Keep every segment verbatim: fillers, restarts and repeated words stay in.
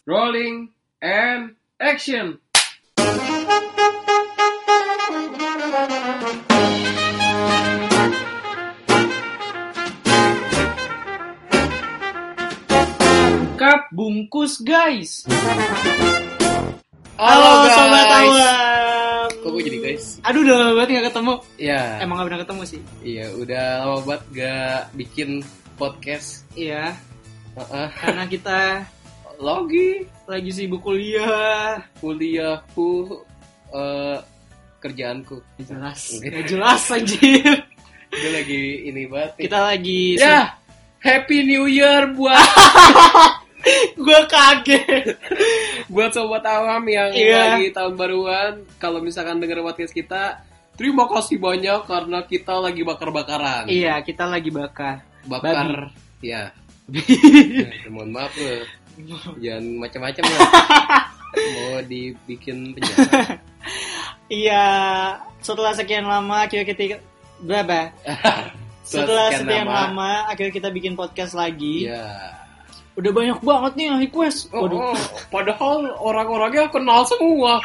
Rolling and action. Kap bungkus guys. Halo, Halo guys. sobat awam. Kok gue jadi guys? Aduh udah lama banget gak ketemu. Iya. Emang gak pernah ketemu sih. Iya, udah lama banget gak bikin podcast. Iya. Uh-uh. Karena kita Lagi lagi sibuk kuliah. kuliahku, uh, kerjaanku. Jelas. Oke. Gak jelas anjir. Gue lagi ini banget. nih. Kita lagi. Ya, Happy New Year buat Gue kaget. buat sobat awam yang Iya. lagi tahun baruan. Kalau misalkan denger podcast kita, terima kasih banyak karena kita lagi bakar-bakaran. Iya, kita lagi bakar. Bakar, ya. Ya, mohon maaf loh. Jangan macam-macam lah. Mau dibikin penjara. Iya, setelah sekian lama akhirnya kita berapa? Setelah sekian lama akhirnya kita bikin podcast lagi. Ya. Udah banyak banget nih yang request. Oh, Waduh. oh, padahal orang-orangnya kenal semua.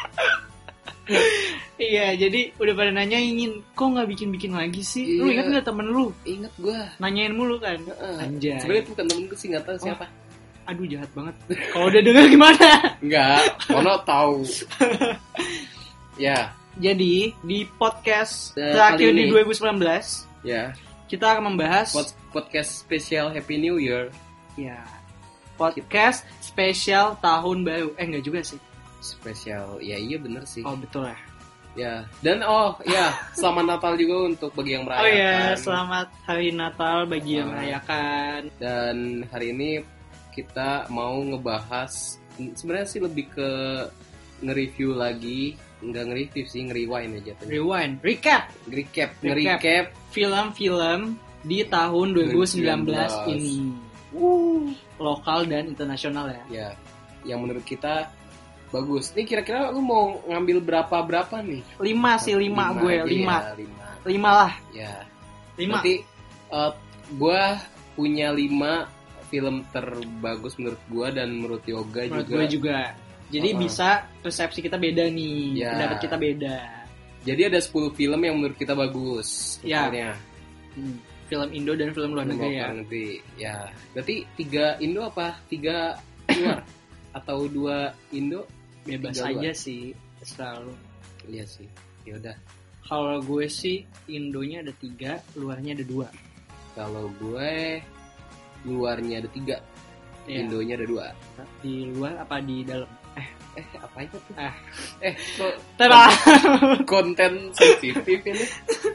Iya, jadi udah pada nanyain, kok nggak bikin-bikin lagi sih? Lu Iya. ingat nggak temen lu? Ingat gue. Nanyain mulu kan? Anjay. Sebenarnya itu bukan temen gue sih, nggak tahu siapa. Aduh jahat banget. Kalau udah denger gimana? Enggak, Kono tahu. Ya, Jadi di podcast Eh, terakhir kali di ini. dua ribu sembilan belas ya. kita akan membahas Pod- podcast spesial Happy New Year. ya podcast spesial tahun baru. Eh enggak juga sih. Spesial, ya iya bener sih. Oh betul ya. Ya, dan oh ya, selamat Natal juga untuk bagi yang Oh merayakan. ya, selamat hari Natal bagi yang Ah. merayakan. Dan hari ini kita mau ngebahas, sebenarnya sih lebih ke nge-review lagi, nggak nge-review sih, nge-rewind aja. Rewind, recap Nge-recap, Recap. nge-recap. film-film di tahun dua ribu sembilan belas dua ribu sembilan belas ini. Lokal dan internasional ya. Ya, yang menurut kita bagus. Nih kira-kira lu mau ngambil berapa-berapa nih? Lima sih, lima, gue, aja lima. ya, lima. Lima lah, Ya. lima. Nanti uh, gue punya lima film terbagus menurut gue dan menurut Yoga Menurut juga. gue juga. Jadi Uh-uh. bisa persepsi kita beda nih, Ya. pendapat kita beda. Jadi ada sepuluh film yang menurut kita bagus. Ya. Totalnya. Hmm. Film Indo dan film luar negeri ya. Luar negeri. Ya. Berarti tiga Indo apa? Tiga luar? Atau dua Indo? Bebas tiga aja luar? sih, selalu. Iya sih. Ya udah. Kalau gue sih Indonya ada tiga, luarnya ada dua. Kalau gue luarnya ada tiga, Ya. Indonya ada dua. Di luar apa di dalam? Eh apa itu tuh? Ah. Eh kok Terang. konten sensitif ini?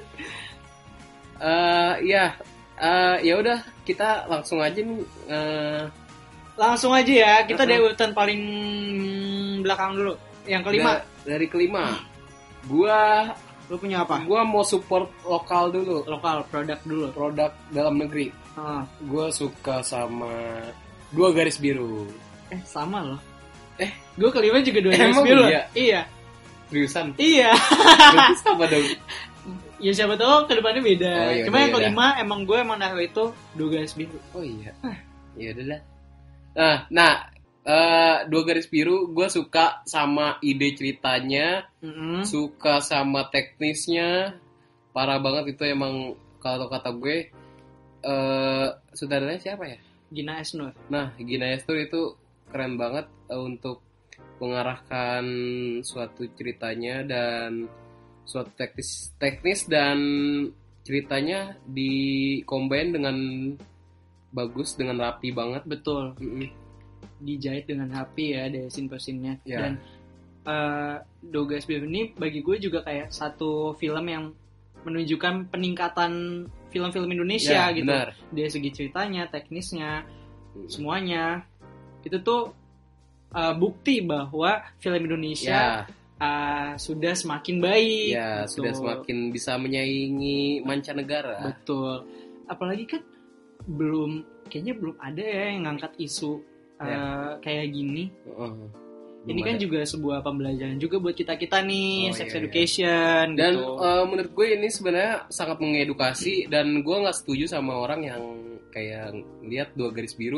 Eh ya, eh ya udah kita langsung aja nih. eh, Langsung aja ya, kita Uh-uh. dari urutan paling belakang dulu. Yang kelima, da- dari kelima, gua lu punya apa? gua mau support lokal dulu, Lokal, produk dulu. produk dalam negeri. Ah. Gua suka sama Dua Garis Biru. Eh, sama loh. Eh, Gue kelima juga dua garis Emang biru. iya? Iya. Seriusan? Iya. Berarti sama dong. Ya siapa tahu kedepannya beda. Oh, iya, Cuma iya, yang iya. kelima emang gue emang naruh itu dua garis biru. Oh iya. Ya udah lah. Nah, nah eh, Dua Garis Biru gue suka sama ide ceritanya, Mm-mm. suka sama teknisnya. Parah banget itu emang kalau kata gue. Eh saudaranya siapa ya? Gina Esnur. Nah, Gina Estur itu keren banget eh, untuk mengarahkan suatu ceritanya dan suatu teknis teknis dan ceritanya di-combine dengan bagus, dengan rapi banget. Betul. Mm-mm. Dijahit dengan rapi ya dari scene per scene-nya. Ya. Dan uh, dua garis biru ini bagi gue juga kayak satu film yang menunjukkan peningkatan film-film Indonesia Ya, gitu. benar. Dari segi ceritanya, teknisnya, Mm. semuanya. Itu tuh uh, bukti bahwa film Indonesia Ya, uh, sudah semakin baik. ya Betul. sudah semakin bisa menyaingi mancanegara. Betul. Apalagi kan belum, kayaknya belum ada ya yang ngangkat isu uh, Ya. kayak gini. Uh, Ini belum kan ada. juga sebuah pembelajaran juga buat kita-kita nih, Oh, sex iya, iya. education Dan gitu. eh, menurut gue ini sebenarnya sangat mengedukasi dan gue nggak setuju sama orang yang kayak lihat Dua Garis Biru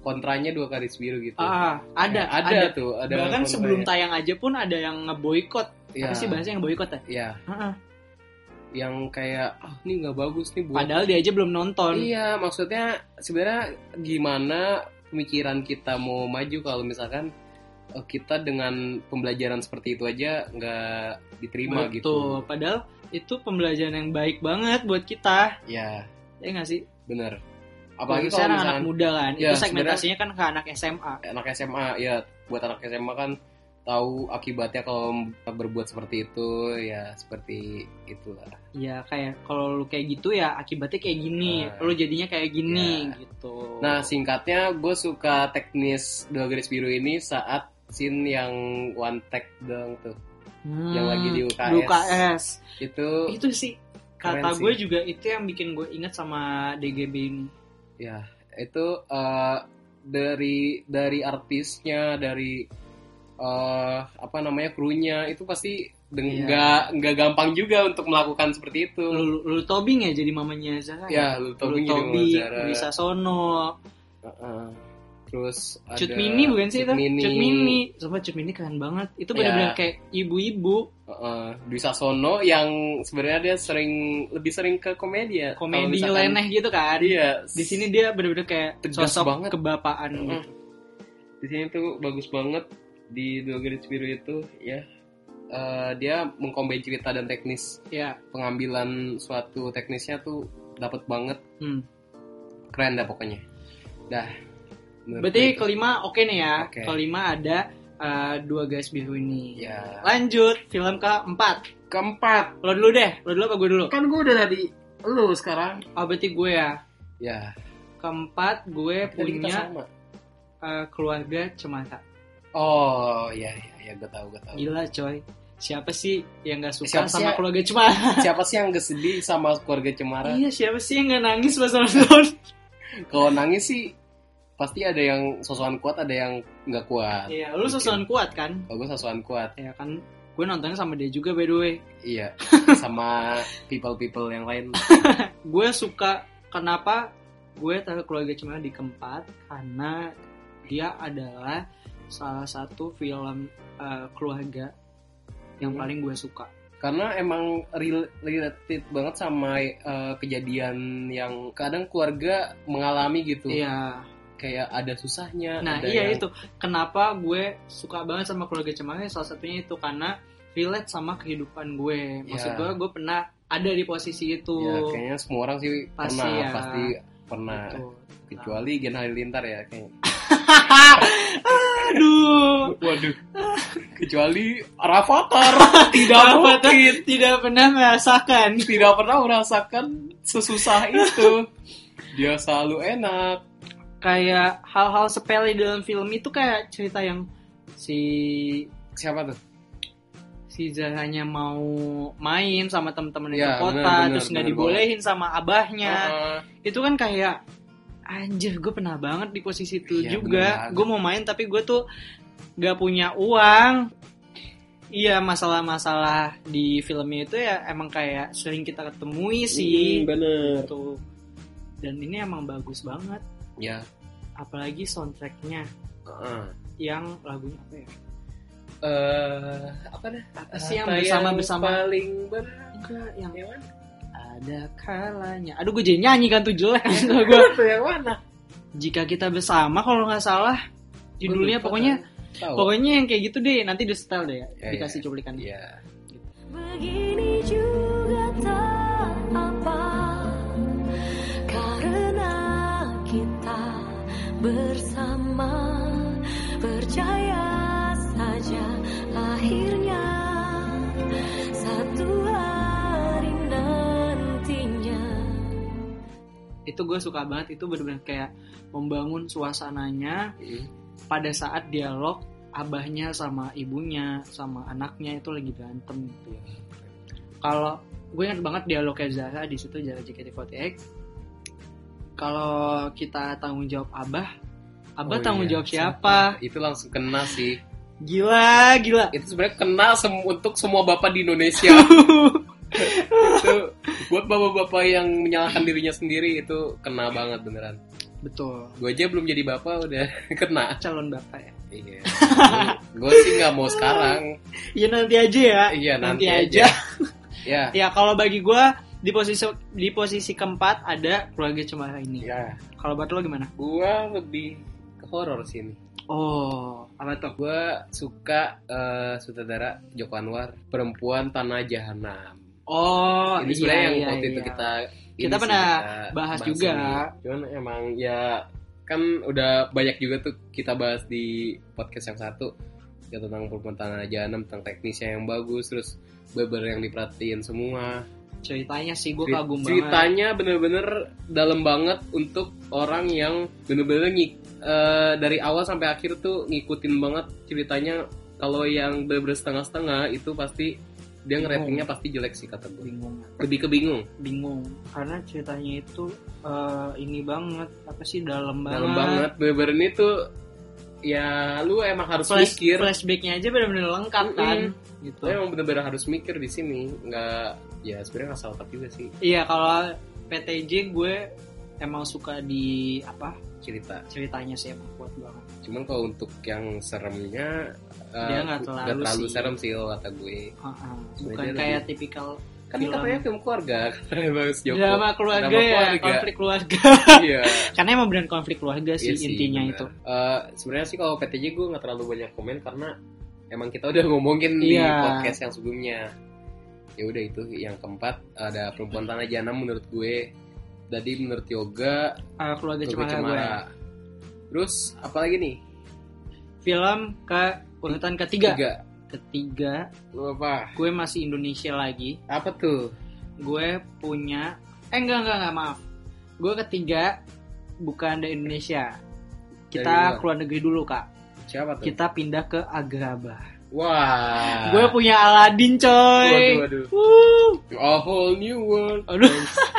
kontranya dua garis biru gitu. Ah, ada, ya, ada, ada tuh, ada bahkan kontranya. sebelum tayang aja pun ada yang ngeboikot. Ya. Apa sih bahasanya yang boikot ya? Iya. Uh-uh. Yang kayak ah ini nggak bagus nih buat. Padahal dia aja belum nonton. Iya, maksudnya sebenarnya gimana pemikiran kita mau maju kalau misalkan uh, kita dengan pembelajaran seperti itu aja nggak diterima. Betul. Gitu. Padahal itu pembelajaran yang baik banget buat kita. Ya. Ya nggak sih? Bener. Apalagi kalau misalkan anak muda kan, ya, itu segmentasinya kan ke anak S M A. Anak S M A, ya buat anak S M A kan tahu akibatnya kalau berbuat seperti itu, ya seperti itulah. Ya kayak kalau lu kayak gitu ya akibatnya kayak gini, nah, lu jadinya kayak gini ya. Gitu. Nah singkatnya gue suka teknis dua garis biru ini saat scene yang one take dong tuh, hmm, yang lagi di U K S. U K S. Itu itu sih kata gue juga itu yang bikin gue ingat sama D G B ini. Ya, itu uh, dari dari artisnya, dari uh, apa namanya krunya itu pasti nggak yeah. nggak gampang juga untuk melakukan seperti itu. Lulu, Lulu Tobing ya jadi mamanya Zara. Ya, Lulu Tobing jadi mamanya Zara. Lulu Sasono. Uh-uh. Terus ada Cut Mini bukan sih Cut itu? Mini. Cut Mini. Sumpah Cut Mini keren banget. Itu benar-benar yeah. kayak ibu-ibu. Uh, Dwi Sasono yang sebenarnya dia sering lebih sering ke komedi ya. Komedi nyeleneh gitu kan. Iya. Di sini dia benar-benar kayak tegas sosok banget. Kebapaan uh-uh. gitu. Di sini tuh bagus banget di dua garis biru itu ya. Uh, dia mengcombine cerita dan teknis. Ya. Pengambilan suatu teknisnya tuh dapat banget. Hmm. Keren dah pokoknya. Dah. Berarti kelima oke okay nih ya. Okay. Kelima ada uh, dua garis biru ini. Ya. Lanjut film keempat. Keempat. Lo dulu deh. Lo dulu apa gue dulu? Kan gue udah tadi. Lo sekarang. Oh berarti gue ya. Ya. Keempat gue Tadi punya uh, Keluarga Cemara. Oh iya iya ya, gue tahu gue tahu. Gila coy. Siapa sih yang gak suka siapa sama si Keluarga Cemara? Siapa sih yang gak sedih sama Keluarga Cemara? Iya siapa sih yang gak nangis pas nonton? Kalau nangis sih pasti ada yang sosokan kuat, ada yang nggak kuat. Iya, lu sosokan kuat kan? Oh, gue sosokan kuat. Ya kan, gue nontonnya sama dia juga by the way. Iya, sama people-people yang lain. Gue suka, kenapa gue taruh Keluarga Cemara di keempat? Karena dia adalah salah satu film uh, keluarga yang hmm. paling gue suka. Karena emang related banget sama uh, kejadian yang kadang keluarga mengalami gitu. Iya. Kayak ada susahnya. Nah ada iya yang... itu. Kenapa gue suka banget sama Keluarga Cemara? Salah satunya itu karena relate sama kehidupan gue. Maksud ya. gue, gue pernah ada di posisi itu. Ya kayaknya semua orang sih pasti pernah. Ya. Pasti pernah. Betul. Kecuali Gen Halilintar ya kayaknya. Aduh. Waduh. Kecuali Rafathar. Tidak mungkin. Tidak pernah merasakan. Tidak pernah merasakan sesusah itu. Dia selalu enak. Kayak hal-hal sepele dalam film itu kayak cerita yang si siapa tuh? Si Zaranya mau main sama teman-teman ya, di kota, bener, terus nggak bener, dibolehin bener. sama abahnya. Uh, itu kan kayak anjir, gue pernah banget di posisi itu ya, juga. Gue mau main tapi gue tuh nggak punya uang. Iya, masalah-masalah di filmnya itu ya emang kayak sering kita ketemui sih. Hmm, bener. Tuh. Dan ini emang bagus banget. Ya. Apalagi soundtracknya, uh. yang lagunya apa ya? Eh, uh, apa dah? Apa sih yang bersama-bersama? Paling ber... Enggak, yang yang mana? Ada kalanya. Aduh, gue jadi nyanyi kan tuh jelek. Gue tuh yang mana? Jika kita bersama, kalau nggak salah judulnya lupa, pokoknya, tahu. Pokoknya yang kayak gitu deh. Nanti di setel deh, ya, dikasih ya, cuplikan. Iya. Gitu. Begini juga tak apa, karena kita bersama, percaya saja akhirnya satu hari nantinya. Itu gue suka banget, itu benar-benar kayak membangun suasananya hmm. pada saat dialog abahnya sama ibunya sama anaknya itu lagi berantem gitu ya. Kalau gue ingat banget dialognya Zara di situ, Zara J K T empat delapan. Kalau kita tanggung jawab abah, abah oh tanggung iya, jawab siapa? Itu langsung kena sih. Gila, gila. Itu sebenarnya kena sem- untuk semua bapak di Indonesia. Itu buat bapak-bapak yang menyalahkan dirinya sendiri itu kena banget beneran. Betul. Gue aja belum jadi bapak udah kena. Calon bapak ya. Iya. Gue sih nggak mau sekarang. Iya nanti aja ya. Iya nanti, nanti aja. aja. Ya. Ya kalau bagi gue di posisi di posisi keempat ada Keluarga Cemara Ini. Ya. Kalau buat lo gimana? Gue lebih ke horor sini. Oh, apa tuh? Gue suka uh, sutradara Joko Anwar, Perempuan Tanah Jahanam. Oh, ini sebenarnya iya, yang iya, waktu iya. itu kita kita sih, pernah kita bahas juga. Ini. Cuman emang ya kan udah banyak juga tuh kita bahas di podcast yang satu ya tentang Perempuan Tanah Jahanam, tentang teknisnya yang bagus, terus beber yang diperhatiin semua. Ceritanya sih gue Cerit- kagum banget. Ceritanya bener-bener dalam banget untuk orang yang bener-bener ngik Uh, dari awal sampai akhir tuh ngikutin banget ceritanya. Kalau yang bener-bener setengah-setengah itu pasti dia ngeratingnya pasti jelek sih kata gue. Bingung. Lebih ke bingung. Bingung karena ceritanya itu uh, ini banget apa sih dalam banget. Dalam banget. Bener-bener ini tuh ya lu emang harus Flash, mikir. Flashbacknya aja bener-bener lengkap kan. Mm-hmm. Gitu. Lu emang bener-bener harus mikir di sini. Nggak ya sebenarnya nggak salah juga sih. Iya kalau P T J gue emang suka di apa? Cerita Ceritanya sih emang kuat banget. Cuman kalau untuk yang seremnya dia nggak uh, terlalu, nggak terlalu sih. serem sih kalau kata gue. Uh-uh. Bukan Sebenarnya kayak lebih- tipikal Kan film. katanya film keluarga. Bagus Joko. Drama keluarga Drama ya, keluarga. konflik keluarga. Iya. Karena emang beneran konflik keluarga sih Iya intinya bener. itu. Uh, sebenarnya sih kalau P T J gue nggak terlalu banyak komen karena emang kita udah ngomongin Iya. di podcast yang sebelumnya. Ya udah itu yang keempat ada Perempuan Tanah Jahanam menurut gue. Tadi menurut Yoga Uh, keluarga Keluarga Cemara gue. Cemara. Terus apa lagi nih? Film ke urutan ketiga. Tiga. Ketiga, Lu apa? gue masih Indonesia lagi. Apa tuh? Gue punya eh enggak enggak enggak maaf. Gue ketiga bukan dari Indonesia. Dari Kita luar. keluar negeri dulu, Kak. Siapa tuh? Kita pindah ke Agrabah. Wah. Gue punya Aladdin, coy. Waduh, waduh. Wuh. A whole new world. Aduh.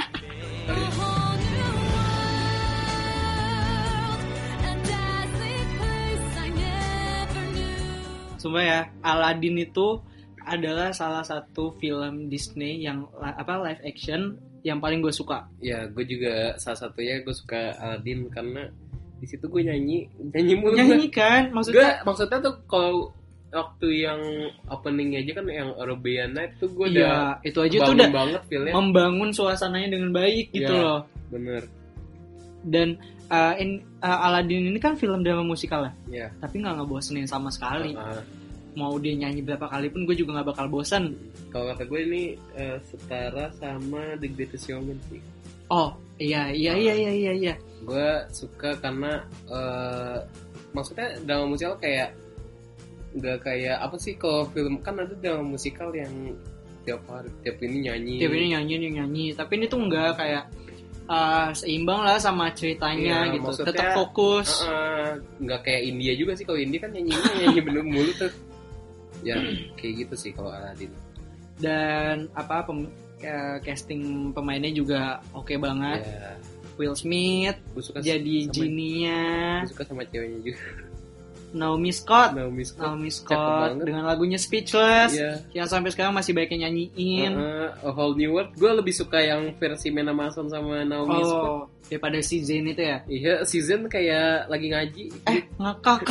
Sumpah ya, Aladdin itu adalah salah satu film Disney yang apa live action yang paling gue suka. Ya, gue juga salah satunya gue suka Aladdin karena di situ gue nyanyi nyanyi mulu. Nyanyi kan, maksudnya Gak, maksudnya tuh kalau waktu yang openingnya aja kan yang Arabian Night tuh gue udah ya, itu aja tuh bangun udah banget filmnya. membangun suasananya dengan baik gitu Ya, loh. Bener. Dan uh, in, uh, Aladdin ini kan film drama musikal ya, Ya. tapi nggak ngebosenin sama sekali. Uh, Mau dia nyanyi berapa kali pun gue juga nggak bakal bosan. kalau kata gue ini uh, setara sama The Greatest Showman sih. Oh iya iya iya iya iya. iya. Gue suka karena uh, maksudnya drama musikal kayak nggak kayak apa sih kalau film kan ada drama musikal yang tiap hari tiap ini nyanyi. Tiap ini nyanyi ini nyanyi, tapi ini tuh nggak kayak uh, seimbang lah sama ceritanya Iya, gitu. maksudnya, Tetap fokus. Uh, nggak kayak India juga sih. Kalau India kan nyanyi nyanyi bener mulu tuh. Ya kayak gitu sih kalau Aladdin. Dan apa pem, uh, casting pemainnya juga oke banget. Ya, Will Smith gue suka jadi sama- Genie-nya. Gue suka sama ceweknya juga. Naomi Scott. Naomi Scott. Naomi Cakep Scott banget. dengan lagunya Speechless Iya. yang sampai sekarang masih banyak yang nyanyiin. Uh, A Whole New World. Gue lebih suka yang versi Mena Mason sama Naomi Scott. Oh, daripada si Zayn itu ya. Iya, season kayak lagi ngaji. Eh, ngakak.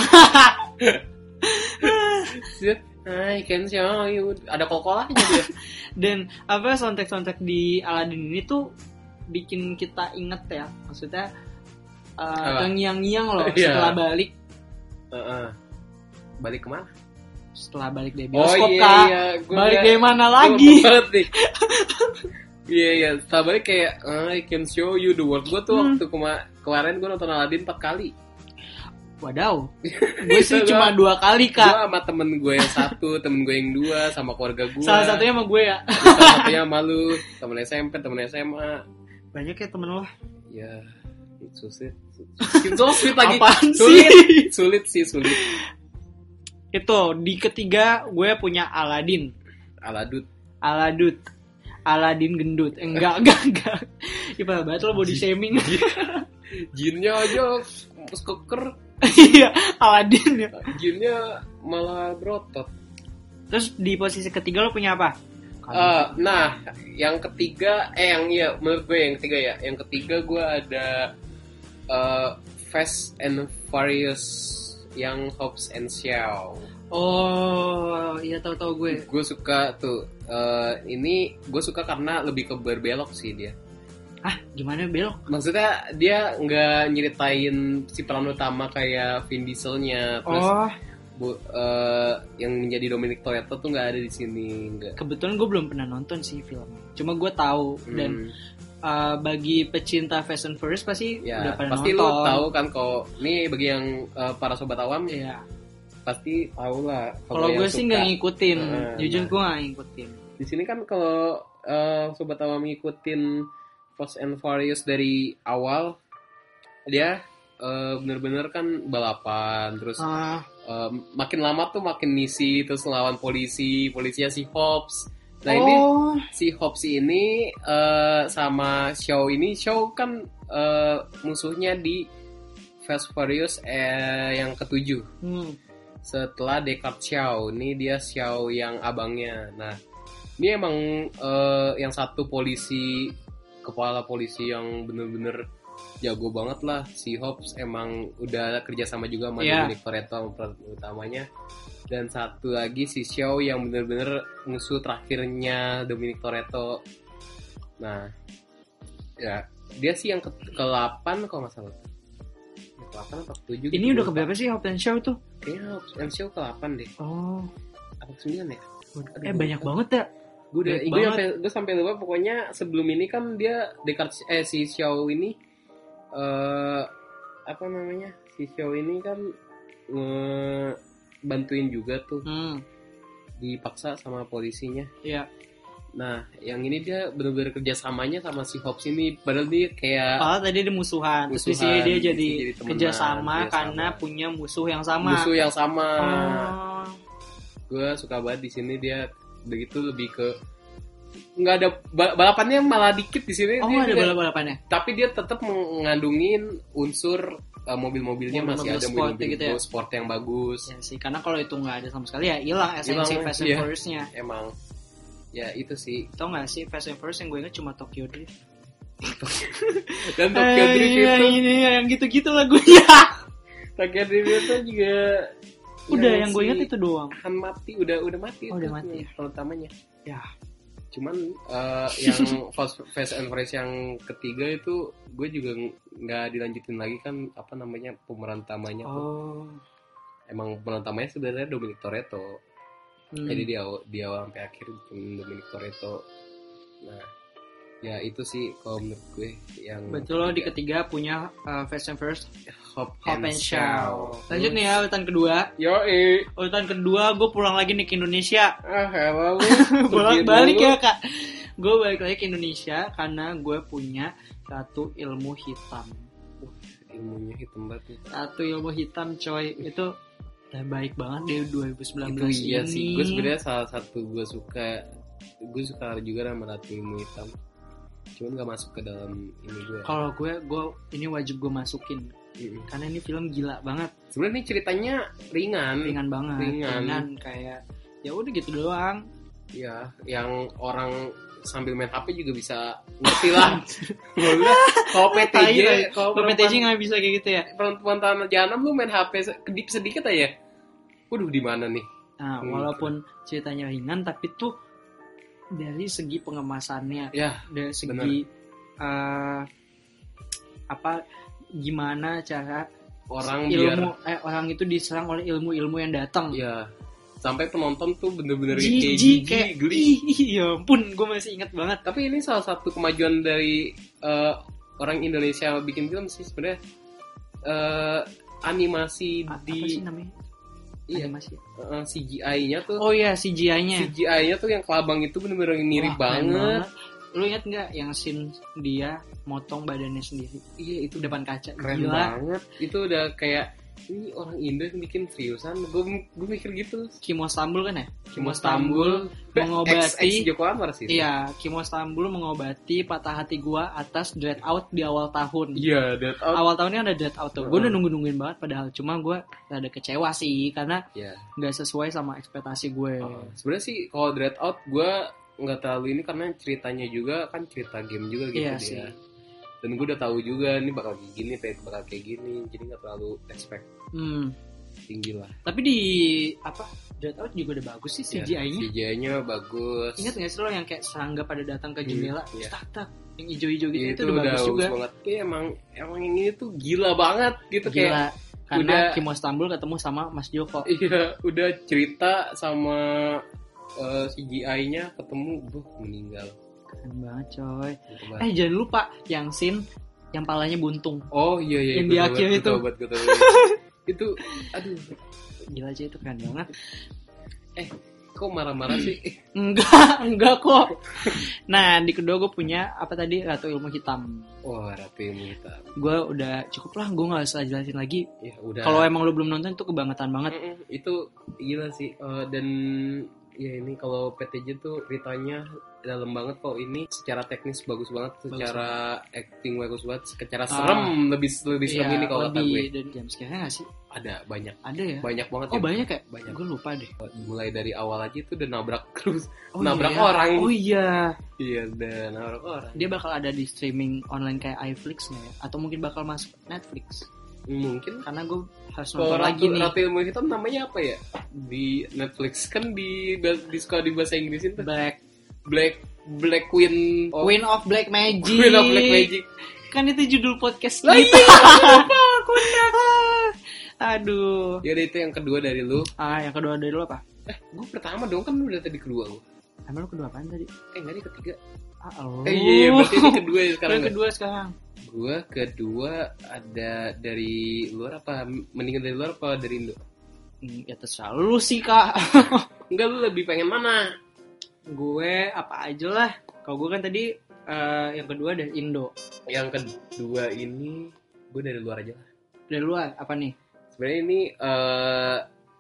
Season, I can show you. Ada kokolahnya dia. Dan apa soundtrack-soundtrack di Aladdin ini tuh bikin kita inget ya. Maksudnya uh, Apa? terngiang-ngiang loh Iya. setelah balik Uh-uh. Balik kemana? setelah balik dari Oh bioskop, iya, Kak. iya. Gua Balik nggak- dari mana gua lagi? lupa banget nih. Iya, iya. Setelah balik kayak I can show you the world. Gue tuh Hmm. waktu kema- kemarin gue nonton Aladdin empat kali. Wadaw. Gue sih Itu cuma gua- dua kali, Gue Kak. sama temen gue yang satu, temen gue yang dua, sama keluarga gue. Salah satunya sama gue ya. Salah satunya sama lu, temen S M P, temen S M A. Banyak ya temen lo. Ya, sulit. Sulit, sulit lagi. Apaan sih? Sulit, sulit sih, sulit. Itu di ketiga gue punya Aladdin. Aladut. Aladut. Aladin gendut. Eh, enggak, enggak, enggak. Ipal banget lo body shaming. Jinnya aja keker, Iya, Aladin ya. jinnya malah berotot. Terus di posisi ketiga lo punya apa? Eh, nah, yang ketiga, eh yang iya menurut gue yang ketiga ya, yang ketiga gue ada uh, Fast and Furious yang Hobbs and Shaw. Oh, iya tahu-tahu gue. Gue suka tuh. Uh, ini gue suka karena lebih ke berbelok sih dia. Ah, gimana belok? Maksudnya dia nggak nyeritain si peran utama kayak Vin Dieselnya. Terus Oh, bu, uh, yang menjadi Dominic Toretto tuh nggak ada di sini. Nggak. kebetulan gue belum pernah nonton sih filmnya. Cuma gue tahu Hmm. dan uh, bagi pecinta Fast and Furious pasti Ya, udah pernah pasti nonton. lu tahu kan kalau nih bagi yang uh, para sobat awam Iya. pasti tahu lah. Kalau gue sih nggak ngikutin, Uh, jujur nah. gue nggak ngikutin. Di sini kan kalau uh, sobat awam ngikutin Fast and Furious dari awal, dia uh, bener-bener kan balapan, terus Ah, uh, makin lama tuh makin misi, terus ngelawan polisi, polisinya si Hobbs. Nah oh, ini si Hobbs ini uh, sama Shaw ini, Shaw kan uh, musuhnya di Fast Furious eh, yang ketujuh. hmm. Setelah Deckard Shaw, ini dia Shaw yang abangnya. Nah, ini emang uh, yang satu polisi, kepala polisi yang bener-bener jago banget lah. Si Hobbs emang udah kerjasama juga sama Yeah. Dominic Toretto peran utamanya. Dan satu lagi si Shaw yang bener-bener musuh terakhirnya Dominic Toretto. Nah, ya dia sih yang ke delapan kalau nggak salah. ke delapan atau ke tujuh Ini udah keberapa sih Hobbs and Shaw tuh? kayaknya Hobbs and Shaw ke delapan deh. Oh, Apa ke sembilan ya? Aduh, eh gua banyak lupa. banget ya. Gue udah, Baik gue banget. sampai, gue sampai lupa pokoknya sebelum ini kan dia Deckard eh si Shaw ini eh apa namanya si Shaw ini kan ngebantuin juga tuh Hmm, dipaksa sama polisinya. iya. Nah yang ini dia benar-benar kerjasamanya sama si Hobbs ini padahal dia kayak Oh, tadi ada musuhan. Terus di Musuhan, sini dia jadi, jadi temenan, kerjasama kerjasama. karena punya musuh yang sama. musuh yang sama. Oh, Gue suka banget di sini dia begitu lebih ke nggak ada bal- balapannya malah dikit di sini. oh dia, ada dia- balap-balapannya. tapi dia tetap mengandungin unsur uh, mobil-mobilnya Mobil-mobil masih ada sport mobil-mobil gitu ya? sport yang bagus. Ya sih, karena kalau itu nggak ada sama sekali ya hilang esensi Hilang, Fast and iya. Furious-nya. Emang ya itu sih. Tau nggak sih Fast and Furious yang gue ingat cuma Tokyo Drift. Dan Tokyo Eh, Drift iya, itu ini yang gitu-gitu lagunya. Tokyo Drift itu juga Udah yang gue si ingat itu doang. Han mati udah udah mati Oh, itu udah mati ya? peran utamanya. Ya. Cuman uh, yang Fast Fast and Furious yang ketiga itu gue juga nggak dilanjutin lagi kan apa namanya pemeran utamanya tuh. Oh. Emang pemeran utamanya sebenarnya Dominic Toretto. Hmm. Jadi di awal, di awal sampai akhir bikin Dominic Toretto. Nah, ya itu sih kalau menurut gue yang Betul lo di ketiga punya uh, Fast and Furious Hop Hop and Shaw. Lanjut Terus- nih ya urutan kedua. Yo eh, Urutan kedua gue pulang lagi nih ke Indonesia. ah hello lu. Bolak-balik ya kak. Gue balik lagi ke Indonesia karena gue punya satu ilmu hitam. Ilmunya hitam banget. nih. Satu ilmu hitam coy itu udah baik banget deh dua ribu sembilan Itu belas iya ini. sih. Gue sebenarnya salah satu gue suka, gue suka juga sama Ratu Ilmu Hitam. Cuman gak masuk ke dalam ini gue. Kalau gue, gue ini wajib gue masukin Mm-mm. karena ini film gila banget, Sebenarnya ini ceritanya ringan. ringan banget, Ringan. kayak ya udah gitu doang. Ya, yang orang sambil main H P juga bisa ngerti lah. Maksudnya, kalau P T J, Tai, tai. kalau Kalau P T J nggak bisa kayak gitu ya. perempuan tanah jahanam lu main H P se- kedip sedikit aja. Waduh di mana nih? Nah, Hmm, walaupun ceritanya ringan, tapi tuh dari segi pengemasannya, Ya, dari segi eh, apa, gimana cara orang biar ilmu eh orang itu diserang oleh ilmu-ilmu yang datang. ya sampai penonton tuh bener-bener kayak Jijik jijik, kayak geli. ih, ya ampun, gue masih ingat banget. Tapi ini salah satu kemajuan dari eh, orang Indonesia bikin film sih sebenarnya eh, animasi A- di apa sih namanya? iya, Animasi. eh, C G I-nya tuh Oh iya, C G I-nya. C G I-nya tuh yang kelabang itu bener-bener mirip Wah, keren banget. Lu ingat nggak yang scene dia motong badannya sendiri Iya itu depan kaca? keren Gila. banget. Itu udah kayak ini orang Indo yang bikin seriusan. Gue gue mikir gitu. Kimo Stambul kan ya? Kimo Stambul mengobati Ex Joko Anwar sih. Iya, Kimo Stambul mengobati patah hati gua atas Dread Out di awal tahun. Iya, Dead Out. Awal tahunnya ada Dread Out tuh. Gue Uh-uh. udah nunggu-nungguin banget padahal cuma gua rada kecewa sih karena Iya. nggak sesuai sama ekspektasi gue. Oh, sebenarnya sih kalau Dread Out gue nggak terlalu ini karena ceritanya juga kan cerita game juga gitu Iya dia. sih. Dan gue udah tahu juga nih bakal kayak gini, bakal kayak gini, jadi nggak terlalu expect Hmm. tinggi lah. Tapi di apa? Dead Out juga udah bagus sih C G I-nya. Ya, C G I-nya bagus. Ingat nggak sih lo yang kayak serangga pada datang ke jendela, Hmm, iya. tak tak, yang hijau-hijau gitu, Ya, itu, udah bagus juga. banget. Kayak emang emang yang ini tuh gila banget gitu. Gila. Kayak Karena udah, Kim Istanbul ketemu sama Mas Joko. iya, udah cerita sama uh, C G I-nya ketemu, buh meninggal. Keren banget coy. Gitu banget. Eh jangan lupa yang scene yang palanya buntung. Oh iya iya. Yang di akhir itu. Obat, itu aduh Gila aja itu keren banget. Eh kok marah-marah sih? Enggak, enggak kok. Nah, di kedua gue punya apa tadi, Ratu Ilmu Hitam. Oh, Ratu Ilmu Hitam. Gue udah cukup lah, gue nggak usah jelasin lagi. Ya udah. Kalau emang lo belum nonton itu kebangetan banget. Mm-mm, itu gila sih. Uh, dan ya ini kalau P T J tuh ceritanya dalam banget kok. Ini secara teknis bagus banget, secara bagus acting bagus banget, secara serem ah, lebih lebih serem iya, ini kalau kata gue. Dan jam scare nggak sih? Ada banyak. Ada ya? Banyak banget. Oh ya. banyak ya? Banyak. Gue lupa deh. Mulai dari awal aja tuh udah nabrak terus, oh, nabrak iya. orang. Oh iya. Iya, udah nabrak orang. Dia bakal ada di streaming online kayak iFlix nggak ya? Atau mungkin bakal masuk Netflix? Mungkin. Karena gue harus nonton Ratu, lagi nih. Ratu Ilmu Hitam namanya apa ya? Di Netflix kan di di sekolah di bahasa Inggrisin tuh. Black Black Black Queen of, Queen of Black Magic. Queen of Black Magic. Kan itu judul podcast kita. Lah iya, apa Aduh. Ya udah itu yang kedua dari lu. Ah, yang kedua dari lu apa? Eh, gue pertama dong, kan lu udah tadi kedua lu. Emang lu kedua apaan tadi? Eh, enggak nih ketiga. Ah, oh. Eh, iya, iya, berarti ini kedua ya sekarang. Yang kedua sekarang. Gue kedua ada dari luar apa? Mendingan dari luar apa dari Indo? Hmm, ya terserah lu sih, Kak. Enggak, lu lebih pengen mana? Gue apa aja lah. Kalau gue kan tadi uh, yang kedua dari Indo. Yang kedua ini gue dari luar aja lah. Dari luar apa nih? Sebenarnya ini uh,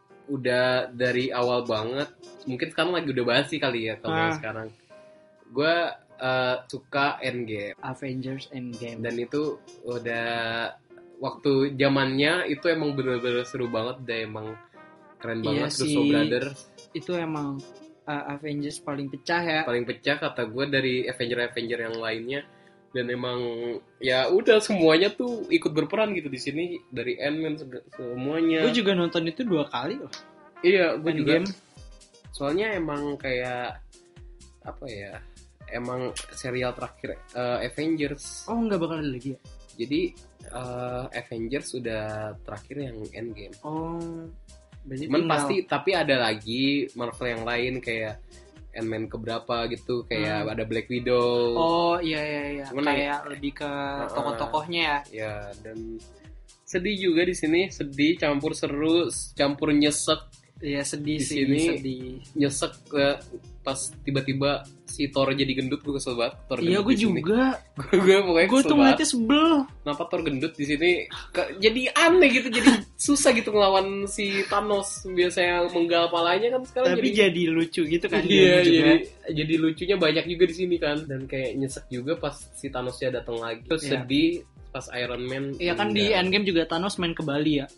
udah dari awal banget. Mungkin sekarang lagi udah bahas sih kali ya kalau ah. sekarang. Gue uh, suka Endgame. Avengers Endgame. Dan itu udah waktu zamannya itu emang bener-bener seru banget, udah emang keren banget. Iya Russo Brothers. Itu emang uh, Avengers paling pecah ya. Paling pecah kata gue dari Avenger-Avenger yang lainnya. Dan emang ya udah semuanya tuh ikut berperan gitu di sini, dari Ant-Man semuanya. Gue juga nonton itu dua kali loh. Iya, gue juga. Game. Soalnya emang kayak apa ya? Emang serial terakhir uh, Avengers. Oh, nggak bakal ada lagi ya? Jadi uh, Avengers udah terakhir yang Endgame. Oh. Cuman tinggal. Pasti tapi ada lagi Marvel yang lain kayak Ant-Man keberapa gitu, kayak hmm. ada Black Widow. Oh iya iya iya. Cuman kayak ya, lebih ke uh, tokoh-tokohnya ya. Ya, dan sedih juga di sini, sedih campur seru, campur nyesek. Iya, sedih di sih, sini, sedih. Nyesek uh, pas tiba-tiba si Thor jadi gendut, gue kesel banget. Thor iya, gue juga. gue pokoknya gue tuh ngeliatnya sebel. Kenapa Thor gendut di sini? Ke, jadi aneh gitu, jadi susah gitu ngelawan si Thanos. Biasanya menggal palanya kan sekarang. Tapi jadi, jadi lucu gitu kan. Iya, jadi, jadi lucunya banyak juga di sini kan. Dan kayak nyesek juga pas si Thanosnya datang lagi. Terus yeah. sedih pas Iron Man. Iya kan di Endgame juga Thanos main ke Bali ya.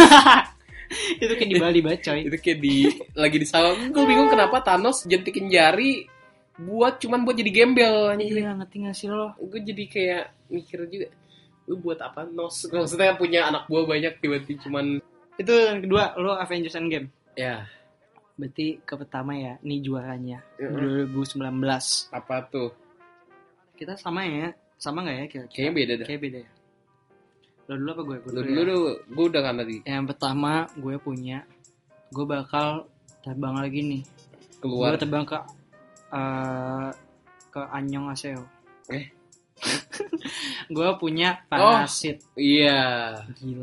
Itu kayak di Bali banget coy. Itu kayak di lagi di sawah. Gue bingung kenapa Thanos jentikin jari buat cuman buat jadi gembel. Iya, ngerti gak sih lo? Gue jadi kayak mikir juga, lu buat apa Nos? Maksudnya punya anak buah banyak tiba-tiba cuman. Itu yang kedua, lo Avengers Endgame. Ya. Berarti ke pertama ya, ini juaranya uh-huh. dua ribu sembilan belas. Apa tuh? Kita sama ya? Sama gak ya kira-kira? Kayaknya beda dah. Kayak beda ya. Lo dulu apa gue? Lo dulu ya? Dulu, gue udah kan tadi. Yang pertama gue punya, gue bakal terbang lagi nih. Keluar. Gue terbang ke uh, ke Annyeonghaseyo. Eh? Gue punya Parasit. Oh, iya.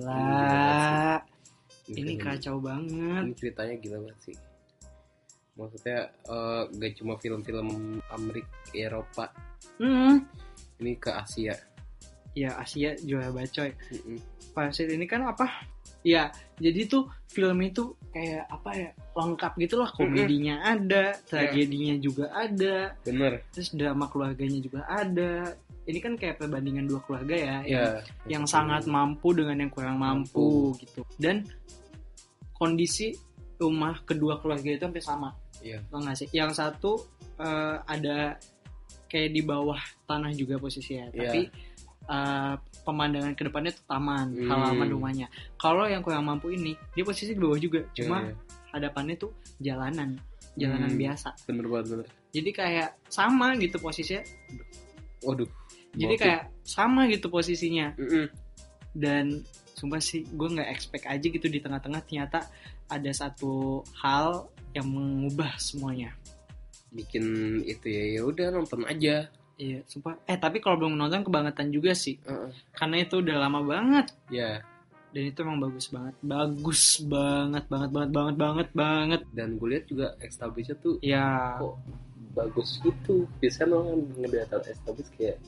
Gila. Gila ini kacau banget. Ini ceritanya gila banget sih. Maksudnya uh, gak cuma film-film Amerika, Eropa. Hmm. Ini ke Asia. Ya Asia juga bacoy. Mm-mm. Parasit ini kan apa? Ya jadi tuh film itu kayak apa ya, lengkap gitu lah. Komedinya mm-hmm. ada, tragedinya yeah. juga ada. Bener. Terus drama keluarganya juga ada. Ini kan kayak perbandingan dua keluarga ya, yeah. yang, yang sangat mampu dengan yang kurang mampu, mampu gitu. Dan kondisi rumah kedua keluarga itu hampir sama. Iya. Yeah. Nggak sih? Yang satu uh, ada kayak di bawah tanah juga posisinya, yeah. tapi uh, pemandangan ke depannya tuh taman, Hmm. halaman rumahnya. Kalau yang kurang mampu ini, dia posisi di bawah juga, cuma Iya, iya. hadapannya tuh jalanan, jalanan Hmm. biasa. Bener banget bener. Jadi kayak sama gitu posisinya. Waduh. Jadi Maaf, kayak sama gitu posisinya. Mm-mm. Dan sumpah sih gue nggak expect aja gitu di tengah-tengah ternyata ada satu hal yang mengubah semuanya. Bikin itu ya, ya udah nonton aja. Iya, sumpah. Eh tapi kalau belum nonton kebangetan juga sih, Uh-uh. karena itu udah lama banget. Ya. Dan itu emang bagus banget, bagus banget, banget, banget, banget, banget, banget. Dan gue lihat juga establishnya tuh Ya, kok bagus gitu. Biasanya orang ngeliat establish kayak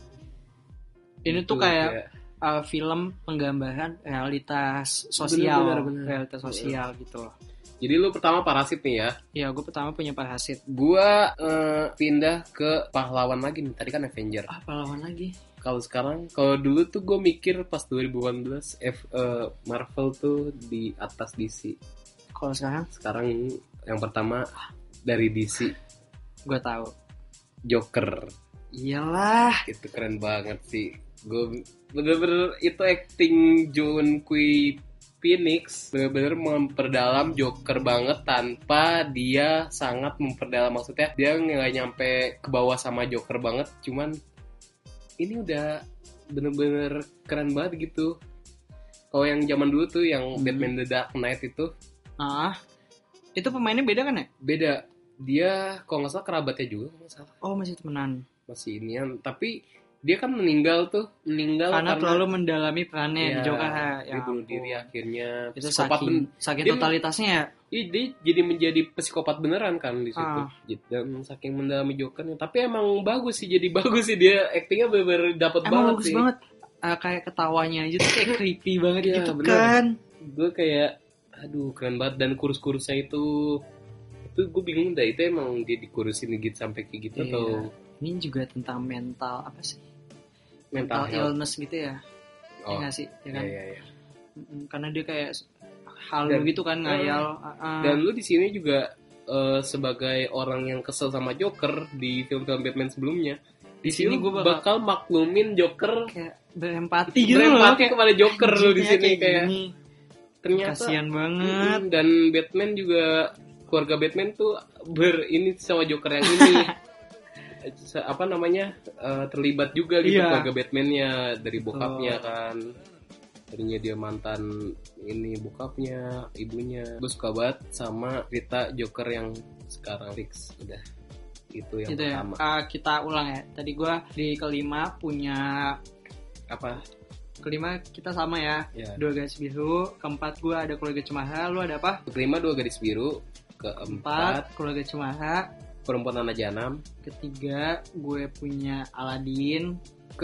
ini tuh gitu, kayak uh, film penggambaran realitas sosial, Bener, bener, bener. realitas sosial gitu loh. Jadi lu pertama Parasit nih ya. Ya, gue pertama punya Parasit. Gua eh, pindah ke pahlawan lagi nih. Tadi kan Avenger. Ah, pahlawan lagi. Kalau sekarang, kalau dulu tuh gue mikir pas dua ribu delapan belas F, eh, Marvel tuh di atas D C. Kalau sekarang, Sekarang yang pertama dari D C, gue tahu. Joker. Iyalah. Itu keren banget sih. Gue bener-bener itu acting Joaquin Phoenix bener-bener memperdalam Joker banget tanpa dia sangat memperdalam, maksudnya dia nggak nyampe ke bawah sama Joker banget, cuman ini udah bener-bener keren banget gitu. Kalau yang zaman dulu tuh yang Hmm. Batman The Dark Knight itu Ah, itu pemainnya beda kan ya? beda, dia kalau nggak salah kerabatnya juga kalau nggak salah, Oh, masih temenan. masih inian, tapi dia kan meninggal tuh meninggal Karena terlalu mendalami perannya ya, di Joker. dia bunuh diri akhirnya. Itu Psikopat saking, ben- saking dia- totalitasnya ya. Ih, dia jadi menjadi psikopat beneran kan di situ. Ah. Dan saking mendalami Jokernya. Tapi emang bagus sih, jadi bagus sih dia, actingnya bener-bener dapet Emang banget bagus sih. banget. Ah, kayak ketawanya aja tuh kayak creepy banget Iya, gitu bener. kan. Gue kayak, aduh keren banget, dan kurus-kurusnya itu, itu gue bingung dah itu emang dia dikurusin gitu sampai kayak gitu Iya. atau Ini juga tentang mental apa sih? mental, Mental health. illness gitu ya. Oh, Ya nggak sih? Ya iya kan? iya iya. Mm-mm, karena dia kayak halu Dan- gitu kan, ngayal. Ah, ah. Dan lu di sini juga eh, sebagai orang yang kesel sama Joker di film-film Batman sebelumnya, di sini sini gua gue bakal- bakal maklumin Joker, kayak berempati gitu loh. berempati Kayak kepada Joker lu di anjingnya sini kayak gini. ternyata Kasian banget. mm, dan Batman juga, keluarga Batman tuh ber ini sama Joker yang ini Se- apa namanya eh, terlibat juga gitu, Iya. keluarga Batman-nya dari Betul. bokapnya kan, tadinya dia mantan ini bokapnya, ibunya. Gue suka banget sama cerita Joker yang sekarang fix, udah itu yang Gitu ya. pertama. Ah, kita ulang ya. Tadi gua di kelima punya, Apa kelima kita sama ya. ya, Dua garis biru. Keempat gua ada Keluarga Cemara. Lu ada apa? kelima Dua Garis Biru, Empat keempat Keluarga Cemara. Perempuan Anak Janam, Ketiga gue punya Aladdin.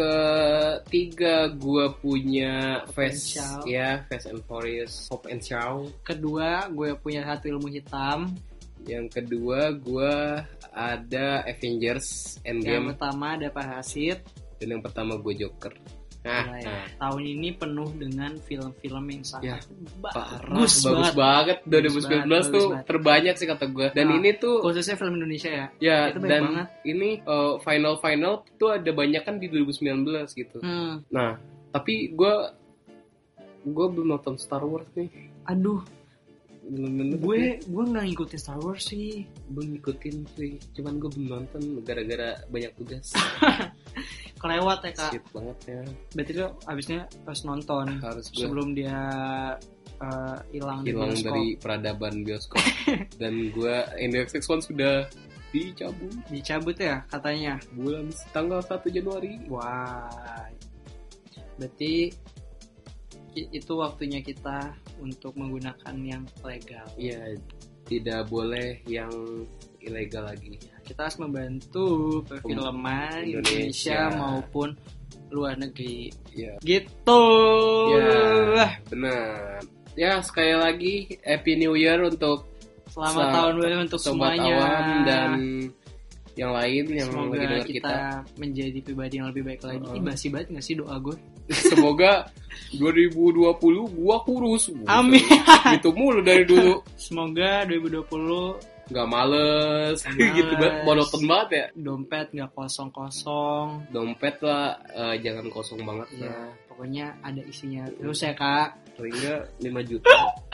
ketiga gue punya Fast and Shaw. ya Fast and Furious, Hope and Shaw. Kedua gue punya Satu Ilmu Hitam. Yang kedua gue ada Avengers Yang Endgame, pertama ada Parasit. dan yang pertama gue Joker. Nah, Nah, ya. nah. Tahun ini penuh dengan film-film yang Ya, sangat parah, bagus, bagus banget. dua ribu sembilan belas Bagus tuh banget. terbanyak sih kata gue. Dan Nah, ini tuh Khususnya film Indonesia ya. ya, itu baik dan banget. ini uh, final-final tuh ada banyak kan di dua ribu sembilan belas gitu. Hmm. Nah, tapi gue gue belum nonton Star Wars nih. Aduh, Bener-bener gue gue nggak ngikutin Star Wars sih. gue ngikutin sih, cuman gue belum nonton gara-gara banyak tugas. Kelewat ya kak. Shit banget ya, Berarti lo abisnya pas nonton harus gue sebelum dia uh, hilang di hilang bioskop. dari peradaban bioskop. Dan gue Index X satu sudah dicabut Dicabut ya katanya. bulan tanggal satu Januari. Wah, berarti i- itu waktunya kita untuk menggunakan yang legal. Iya, tidak boleh yang ilegal lagi. Kita harus membantu perfilman Indonesia. Indonesia maupun luar negeri. Iya. Gitu. Ya, benar. Ya, sekali lagi Happy New Year untuk Selamat Sel- tahun baru untuk Sobat semuanya. Awam dan yang lain yang Semoga lagi dengar kita, kita. menjadi pribadi yang lebih baik lagi. Uh-uh. Ih, basi banget gak sih doa gue? Semoga dua ribu dua puluh gua kurus. Amin. Gitu mulu dari dulu. Semoga dua ribu dua puluh nggak males, Nggak gitu banget, males. monoton banget ya. Dompet nggak kosong-kosong. Dompet lah eh, jangan kosong banget Ya, lah. pokoknya ada isinya terus ya kak. Paling nggak lima juta.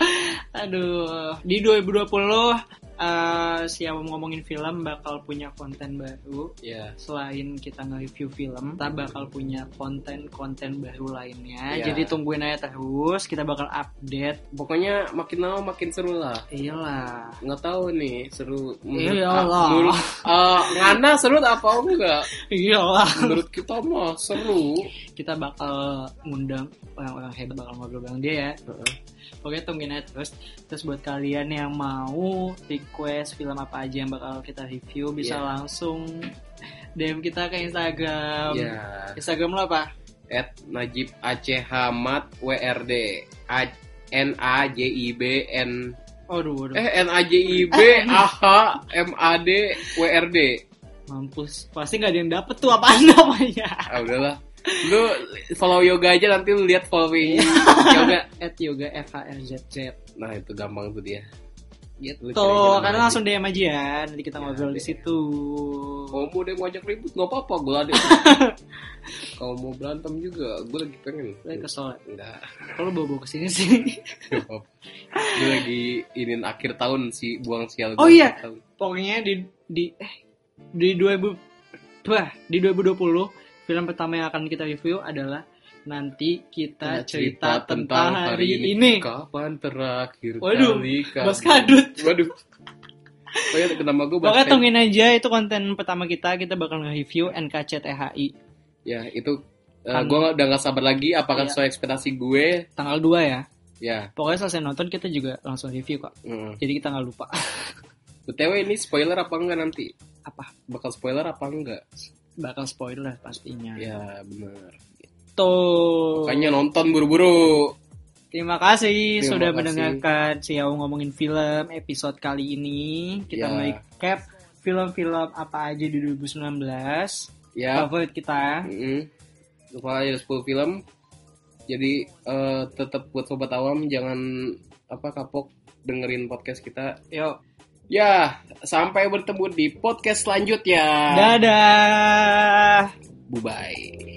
Aduh, di dua ribu dua puluh uh, siapa ngomongin film bakal punya konten baru. Ya. Selain kita nge-review film, kita bakal punya konten-konten baru lainnya. Ya. Jadi tungguin aja terus, kita bakal update. Pokoknya makin lama makin seru lah. Iyalah. Nggak tahu nih seru. Iyalah. Menurut uh, Ngana seru apa enggak? Iyalah. Menurut kita mah seru. Kita bakal ngundang orang-orang hebat bakal ngobrol bareng dia ya. Uh-uh. Pokoknya tungguin aja terus. Terus buat kalian yang mau request film apa aja yang bakal kita review, bisa Yeah. langsung D M kita ke Instagram. Ya. Instagram lo apa? At Najib Aceh Hamad W R D. A- N A J I B N Aduh, aduh. eh N A J I B A H M A D W R D. Mampus. Pasti gak ada yang dapet tuh apaan namanya. Ah udahlah. Lu follow yoga aja, nanti lu lihat following yoga. At yoga F H R Z Z. Nah, itu gampang tuh dia. Gitu. Lu cari jalan Karena aja. langsung D M aja ya. Nanti kita Ya, ngobrol di D M. situ. Kalau mau dia mau ajak ribut nggak apa-apa, gue ada. Kalau mau berantem juga, gue lagi pengen. Lagi kesel. Enggak. Kalau bawa-bawa kesini sih. Nggak apa-apa. Gue lagi inin akhir tahun si buang sial. Oh gua iya. akhir tahun. Pokoknya di di eh di dua ribu bah, di dua ribu dua puluh film pertama yang akan kita review adalah nanti kita Nah, cerita, tentang hari ini. Kapan terakhir Waduh, kali kami- Bos Kadut. Waduh. Oh iya, nama gue Pokoknya tungguin aja, itu konten pertama kita. Kita bakal nge-review N K C T H I Ya, itu uh, Kan- gue udah gak sabar lagi. Apakah Iya. sesuai ekspektasi gue? tanggal dua ya. Ya. Pokoknya selesai nonton kita juga langsung review kok. Mm. Jadi kita nggak lupa. B T W ini spoiler apa enggak nanti? Apa? Bakal spoiler apa enggak? Bakal spoiler pastinya. Ya, benar. Tuh. Makanya nonton buru-buru. Terima kasih Terima sudah kasih. mendengarkan Siau ngomongin film episode kali ini. Kita Ya. nge-recap film-film apa aja di dua ribu sembilan belas. Ya. Favorit kita. Mm-mm. Lupa ada sepuluh film. Jadi eh, tetap buat sobat awam jangan apa kapok dengerin podcast kita. Yuk. Ya, sampai bertemu di podcast selanjutnya. Dadah. Bye bye.